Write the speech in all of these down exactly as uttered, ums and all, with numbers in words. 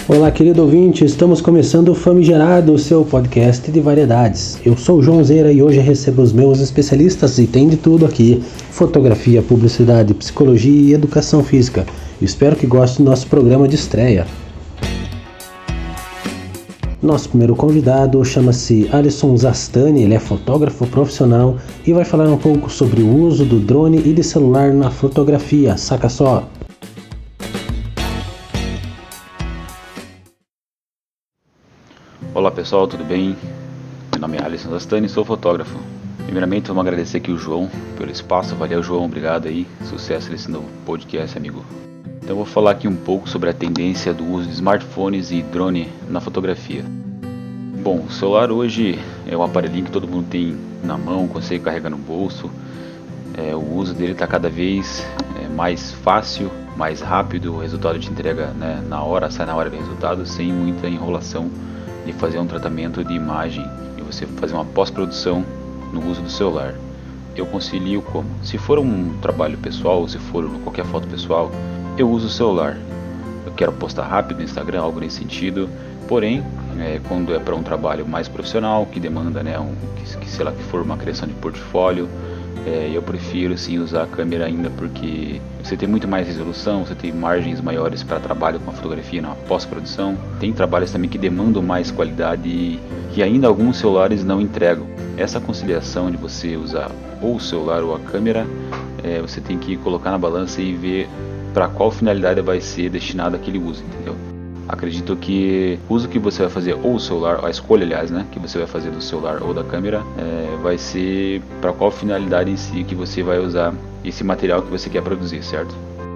Olá, querido ouvinte, estamos começando o Famigerado, o seu podcast de variedades. Eu sou o João Zeira e hoje recebo os meus especialistas e tem de tudo aqui: fotografia, publicidade, psicologia e educação física. Espero que gostem do nosso programa de estreia. Nosso primeiro convidado chama-se Alisson Zastani, ele é fotógrafo profissional e vai falar um pouco sobre o uso do drone e de celular na fotografia, saca só! Olá pessoal, tudo bem? Meu nome é Alisson Zastani, sou fotógrafo. Primeiramente vamos agradecer aqui o João pelo espaço, valeu João, obrigado aí, sucesso nesse novo podcast, amigo. Então eu vou falar aqui um pouco sobre a tendência do uso de smartphones e drone na fotografia. Bom, o celular hoje é um aparelhinho que todo mundo tem na mão, consegue carregar no bolso. É, o uso dele está cada vez é, mais fácil, mais rápido, o resultado te entrega, né, na hora, sai na hora do resultado, sem muita enrolação de fazer um tratamento de imagem e você fazer uma pós-produção no uso do celular. Eu concilio como? Se for um trabalho pessoal, se for qualquer foto pessoal, eu uso o celular. Eu quero postar rápido no Instagram, algo nesse sentido. Porém, é, quando é para um trabalho mais profissional, que demanda, né, um, que, que sei lá, que for uma criação de portfólio, é, eu prefiro sim usar a câmera ainda, porque você tem muito mais resolução, você tem margens maiores para trabalho com a fotografia na pós-produção. Tem trabalhos também que demandam mais qualidade e, e ainda alguns celulares não entregam. Essa conciliação de você usar ou o celular ou a câmera, é, você tem que colocar na balança e ver para qual finalidade vai ser destinado aquele uso, entendeu? Acredito que o uso que você vai fazer, ou o celular, a escolha aliás, né, que você vai fazer do celular ou da câmera, é, vai ser para qual finalidade em si que você vai usar esse material que você quer produzir, certo?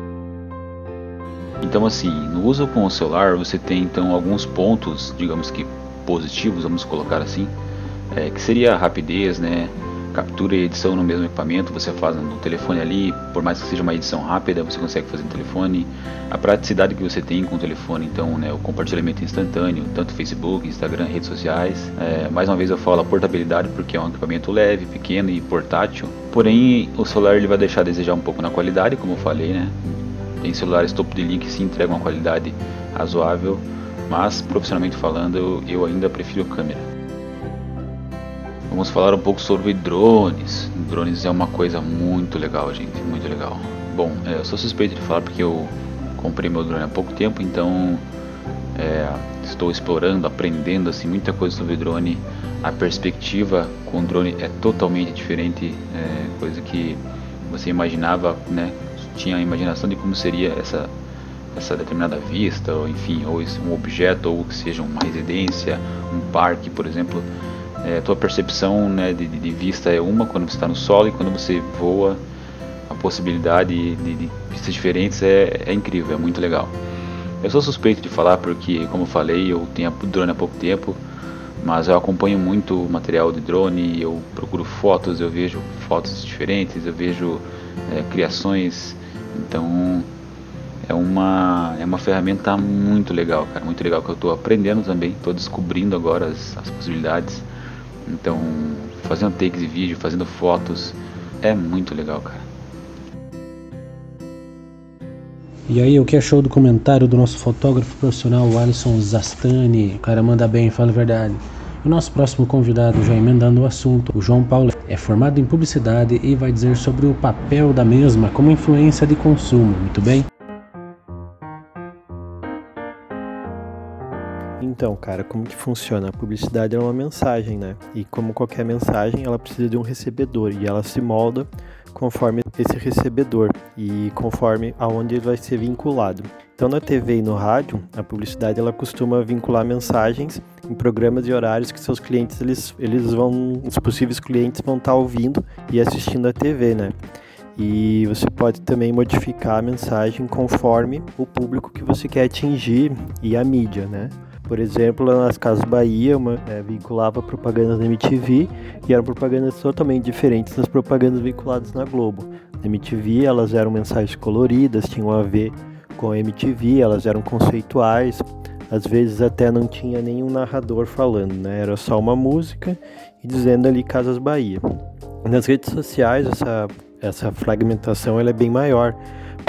Então assim, no uso com o celular você tem então alguns pontos, digamos que positivos, vamos colocar assim, é, que seria a rapidez, né? Captura e edição no mesmo equipamento, você faz no telefone ali, por mais que seja uma edição rápida, você consegue fazer no telefone. A praticidade que você tem com o telefone, então, né, o compartilhamento instantâneo, tanto Facebook, Instagram, redes sociais. É, mais uma vez eu falo a portabilidade, porque é um equipamento leve, pequeno e portátil. Porém, o celular ele vai deixar a desejar um pouco na qualidade, como eu falei, né? Tem celulares topo de linha que se entregam uma qualidade razoável, mas profissionalmente falando, eu, eu ainda prefiro câmera. Vamos falar um pouco sobre drones. Drones é uma coisa muito legal, gente, muito legal. Bom, é, eu sou suspeito de falar porque eu comprei meu drone há pouco tempo, então é, estou explorando, aprendendo assim, muita coisa sobre drone. A perspectiva com o drone é totalmente diferente, é, coisa que você imaginava, né? Tinha a imaginação de como seria essa, essa determinada vista, ou enfim, ou um objeto, ou que seja uma residência, um parque, por exemplo. É, a tua percepção, né, de, de vista é uma quando você está no solo, e quando você voa, a possibilidade de, de vistas diferentes é, é incrível, é muito legal. Eu sou suspeito de falar porque, como eu falei, eu tenho drone há pouco tempo, mas eu acompanho muito material de drone, eu procuro fotos, eu vejo fotos diferentes, eu vejo é, criações, então é uma, é uma ferramenta muito legal, cara, muito legal, que eu estou aprendendo também, estou descobrindo agora as, as possibilidades. Então, fazendo takes de vídeo, fazendo fotos, é muito legal, cara. E aí, o que achou do comentário do nosso fotógrafo profissional, o Alisson Zastani? O cara manda bem, fala a verdade. O nosso próximo convidado, já emendando o assunto, o João Paulo, é formado em publicidade e vai dizer sobre o papel da mesma como influência de consumo, muito bem? Então, cara, como que funciona? A publicidade é uma mensagem, né? E como qualquer mensagem, ela precisa de um recebedor e ela se molda conforme esse recebedor e conforme aonde ele vai ser vinculado. Então, na T V e no rádio, a publicidade ela costuma vincular mensagens em programas e horários que seus clientes, eles, eles vão, os possíveis clientes vão estar ouvindo e assistindo a T V, né? E você pode também modificar a mensagem conforme o público que você quer atingir e a mídia, né? Por exemplo, nas Casas Bahia, uma, é, vinculava propagandas na M T V e eram propagandas totalmente diferentes das propagandas vinculadas na Globo. Na M T V elas eram mensagens coloridas, tinham a ver com a M T V, elas eram conceituais, às vezes até não tinha nenhum narrador falando, né? Era só uma música e dizendo ali Casas Bahia. Nas redes sociais essa, essa fragmentação ela é bem maior,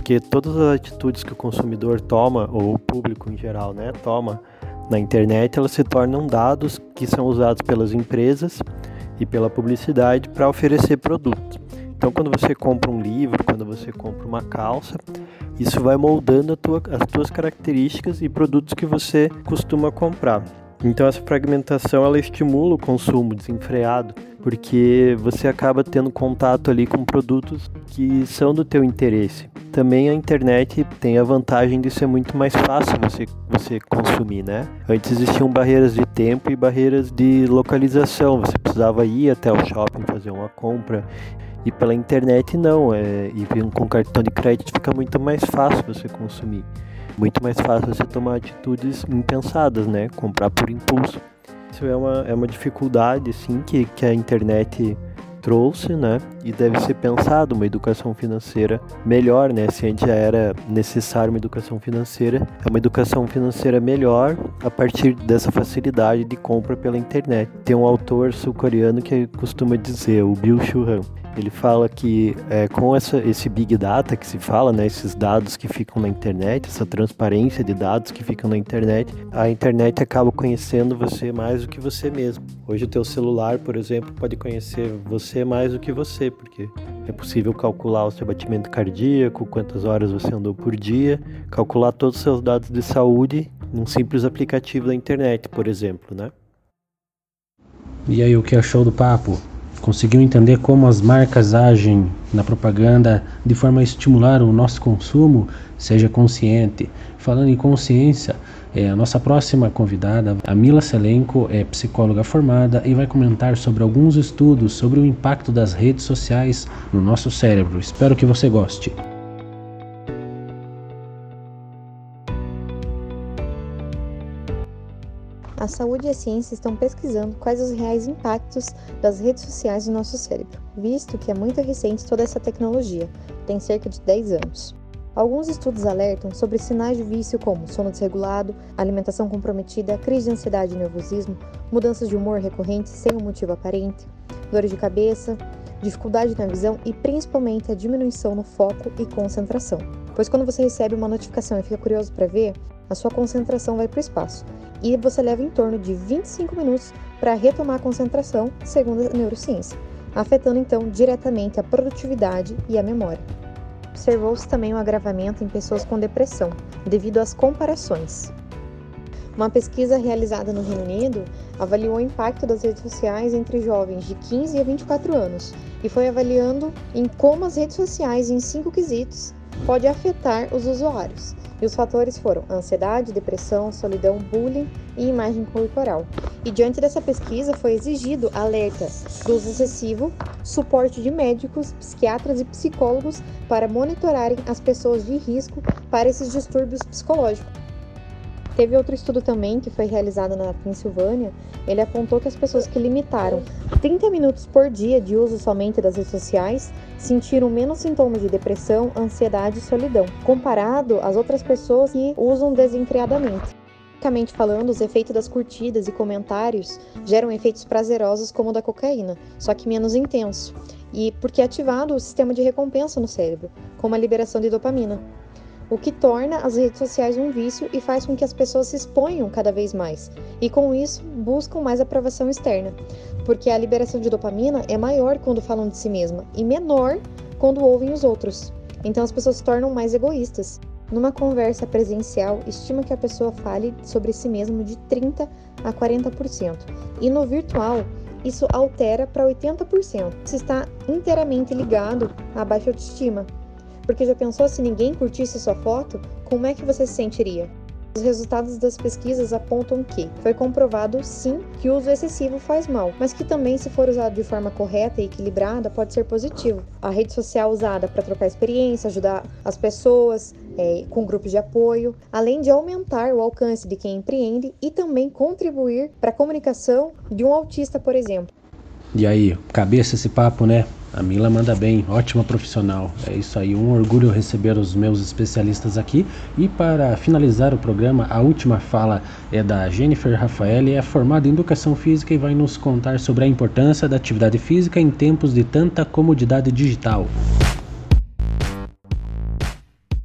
porque todas as atitudes que o consumidor toma, ou o público em geral, né, toma na internet, elas se tornam dados que são usados pelas empresas e pela publicidade para oferecer produtos. Então, quando você compra um livro, quando você compra uma calça, isso vai moldando a tua, as tuas características e produtos que você costuma comprar. Então, essa fragmentação, ela estimula o consumo desenfreado, porque você acaba tendo contato ali com produtos que são do teu interesse. Também a internet tem a vantagem de ser muito mais fácil você, você consumir, né? Antes existiam barreiras de tempo e barreiras de localização. Você precisava ir até o shopping fazer uma compra. E pela internet não, é, e com cartão de crédito fica muito mais fácil você consumir. Muito mais fácil você tomar atitudes impensadas, né? Comprar por impulso. Isso é uma, é uma dificuldade, sim, que, que a internet trouxe, né? E deve ser pensado uma educação financeira melhor, né? Se antes já era necessário uma educação financeira, é uma educação financeira melhor a partir dessa facilidade de compra pela internet. Tem um autor sul-coreano que costuma dizer, o Byung-Chul Han. Ele fala que é, com essa, esse Big Data que se fala, né, esses dados que ficam na internet, essa transparência de dados que ficam na internet, a internet acaba conhecendo você mais do que você mesmo. Hoje o teu celular, por exemplo, pode conhecer você mais do que você, porque é possível calcular o seu batimento cardíaco, quantas horas você andou por dia, calcular todos os seus dados de saúde num simples aplicativo da internet, por exemplo, né? E aí, o que achou do papo? Conseguiu entender como as marcas agem na propaganda de forma a estimular o nosso consumo? Seja consciente. Falando em consciência, é, a nossa próxima convidada, a Mila Selenco, é psicóloga formada e vai comentar sobre alguns estudos sobre o impacto das redes sociais no nosso cérebro. Espero que você goste. A saúde e a ciência estão pesquisando quais os reais impactos das redes sociais no nosso cérebro, visto que é muito recente toda essa tecnologia, tem cerca de dez anos. Alguns estudos alertam sobre sinais de vício como sono desregulado, alimentação comprometida, crise de ansiedade e nervosismo, mudanças de humor recorrentes sem um motivo aparente, dores de cabeça, dificuldade na visão e principalmente a diminuição no foco e concentração. Pois quando você recebe uma notificação e fica curioso para ver, a sua concentração vai para o espaço e você leva em torno de vinte e cinco minutos para retomar a concentração, segundo a neurociência, afetando então diretamente a produtividade e a memória. Observou-se também um agravamento em pessoas com depressão, devido às comparações. Uma pesquisa realizada no Reino Unido avaliou o impacto das redes sociais entre jovens de quinze a vinte e quatro anos e foi avaliando em como as redes sociais, em cinco quesitos, podem afetar os usuários. E os fatores foram ansiedade, depressão, solidão, bullying e imagem corporal. E diante dessa pesquisa foi exigido alerta do uso excessivo, suporte de médicos, psiquiatras e psicólogos para monitorarem as pessoas de risco para esses distúrbios psicológicos. Teve outro estudo também que foi realizado na Pensilvânia. Ele apontou que as pessoas que limitaram trinta minutos por dia de uso somente das redes sociais sentiram menos sintomas de depressão, ansiedade e solidão, comparado às outras pessoas que usam desenfreadamente. Basicamente falando, os efeitos das curtidas e comentários geram efeitos prazerosos como o da cocaína, só que menos intenso, e porque é ativado o sistema de recompensa no cérebro, como a liberação de dopamina, o que torna as redes sociais um vício e faz com que as pessoas se exponham cada vez mais, e com isso buscam mais aprovação externa, porque a liberação de dopamina é maior quando falam de si mesma e menor quando ouvem os outros. Então as pessoas se tornam mais egoístas. Numa conversa presencial, estima que a pessoa fale sobre si mesma de trinta a quarenta por cento, e no virtual isso altera para oitenta por cento. Isso está inteiramente ligado à baixa autoestima. Porque já pensou se ninguém curtisse sua foto? Como é que você se sentiria? Os resultados das pesquisas apontam que foi comprovado, sim, que o uso excessivo faz mal, mas que também, se for usado de forma correta e equilibrada, pode ser positivo. A rede social usada para trocar experiência, ajudar as pessoas é, com grupos de apoio, além de aumentar o alcance de quem empreende e também contribuir para a comunicação de um autista, por exemplo. E aí, cabeça esse papo, né? A Mila manda bem, ótima profissional. É isso aí, um orgulho receber os meus especialistas aqui. E para finalizar o programa, a última fala é da Jennifer Rafaeli, é formada em Educação Física e vai nos contar sobre a importância da atividade física em tempos de tanta comodidade digital.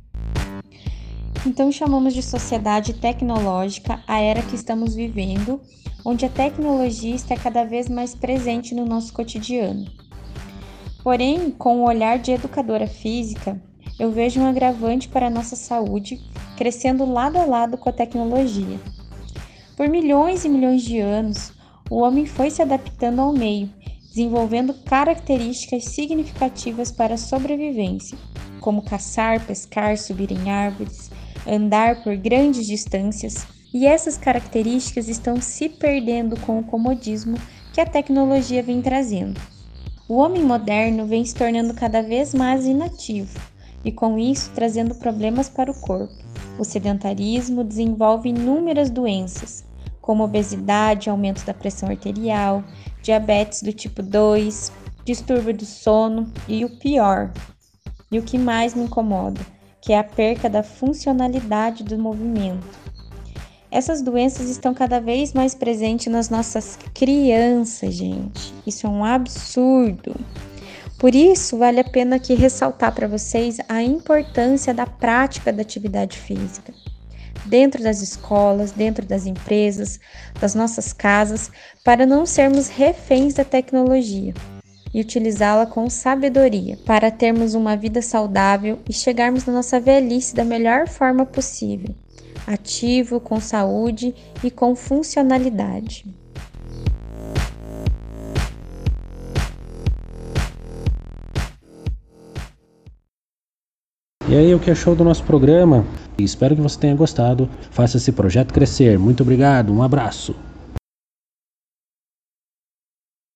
Então chamamos de sociedade tecnológica a era que estamos vivendo, onde a tecnologia está cada vez mais presente no nosso cotidiano. Porém, com o olhar de educadora física, eu vejo um agravante para a nossa saúde crescendo lado a lado com a tecnologia. Por milhões e milhões de anos, o homem foi se adaptando ao meio, desenvolvendo características significativas para a sobrevivência, como caçar, pescar, subir em árvores, andar por grandes distâncias, e essas características estão se perdendo com o comodismo que a tecnologia vem trazendo. O homem moderno vem se tornando cada vez mais inativo, e com isso trazendo problemas para o corpo. O sedentarismo desenvolve inúmeras doenças, como obesidade, aumento da pressão arterial, diabetes do tipo dois, distúrbio do sono e o pior, e o que mais me incomoda, que é a perca da funcionalidade do movimento. Essas doenças estão cada vez mais presentes nas nossas crianças, gente. Isso é um absurdo. Por isso, vale a pena aqui ressaltar para vocês a importância da prática da atividade física. Dentro das escolas, dentro das empresas, das nossas casas, para não sermos reféns da tecnologia e utilizá-la com sabedoria, para termos uma vida saudável e chegarmos na nossa velhice da melhor forma possível, ativo, com saúde e com funcionalidade. E aí, o que achou do nosso programa? Espero que você tenha gostado. Faça esse projeto crescer. Muito obrigado, um abraço.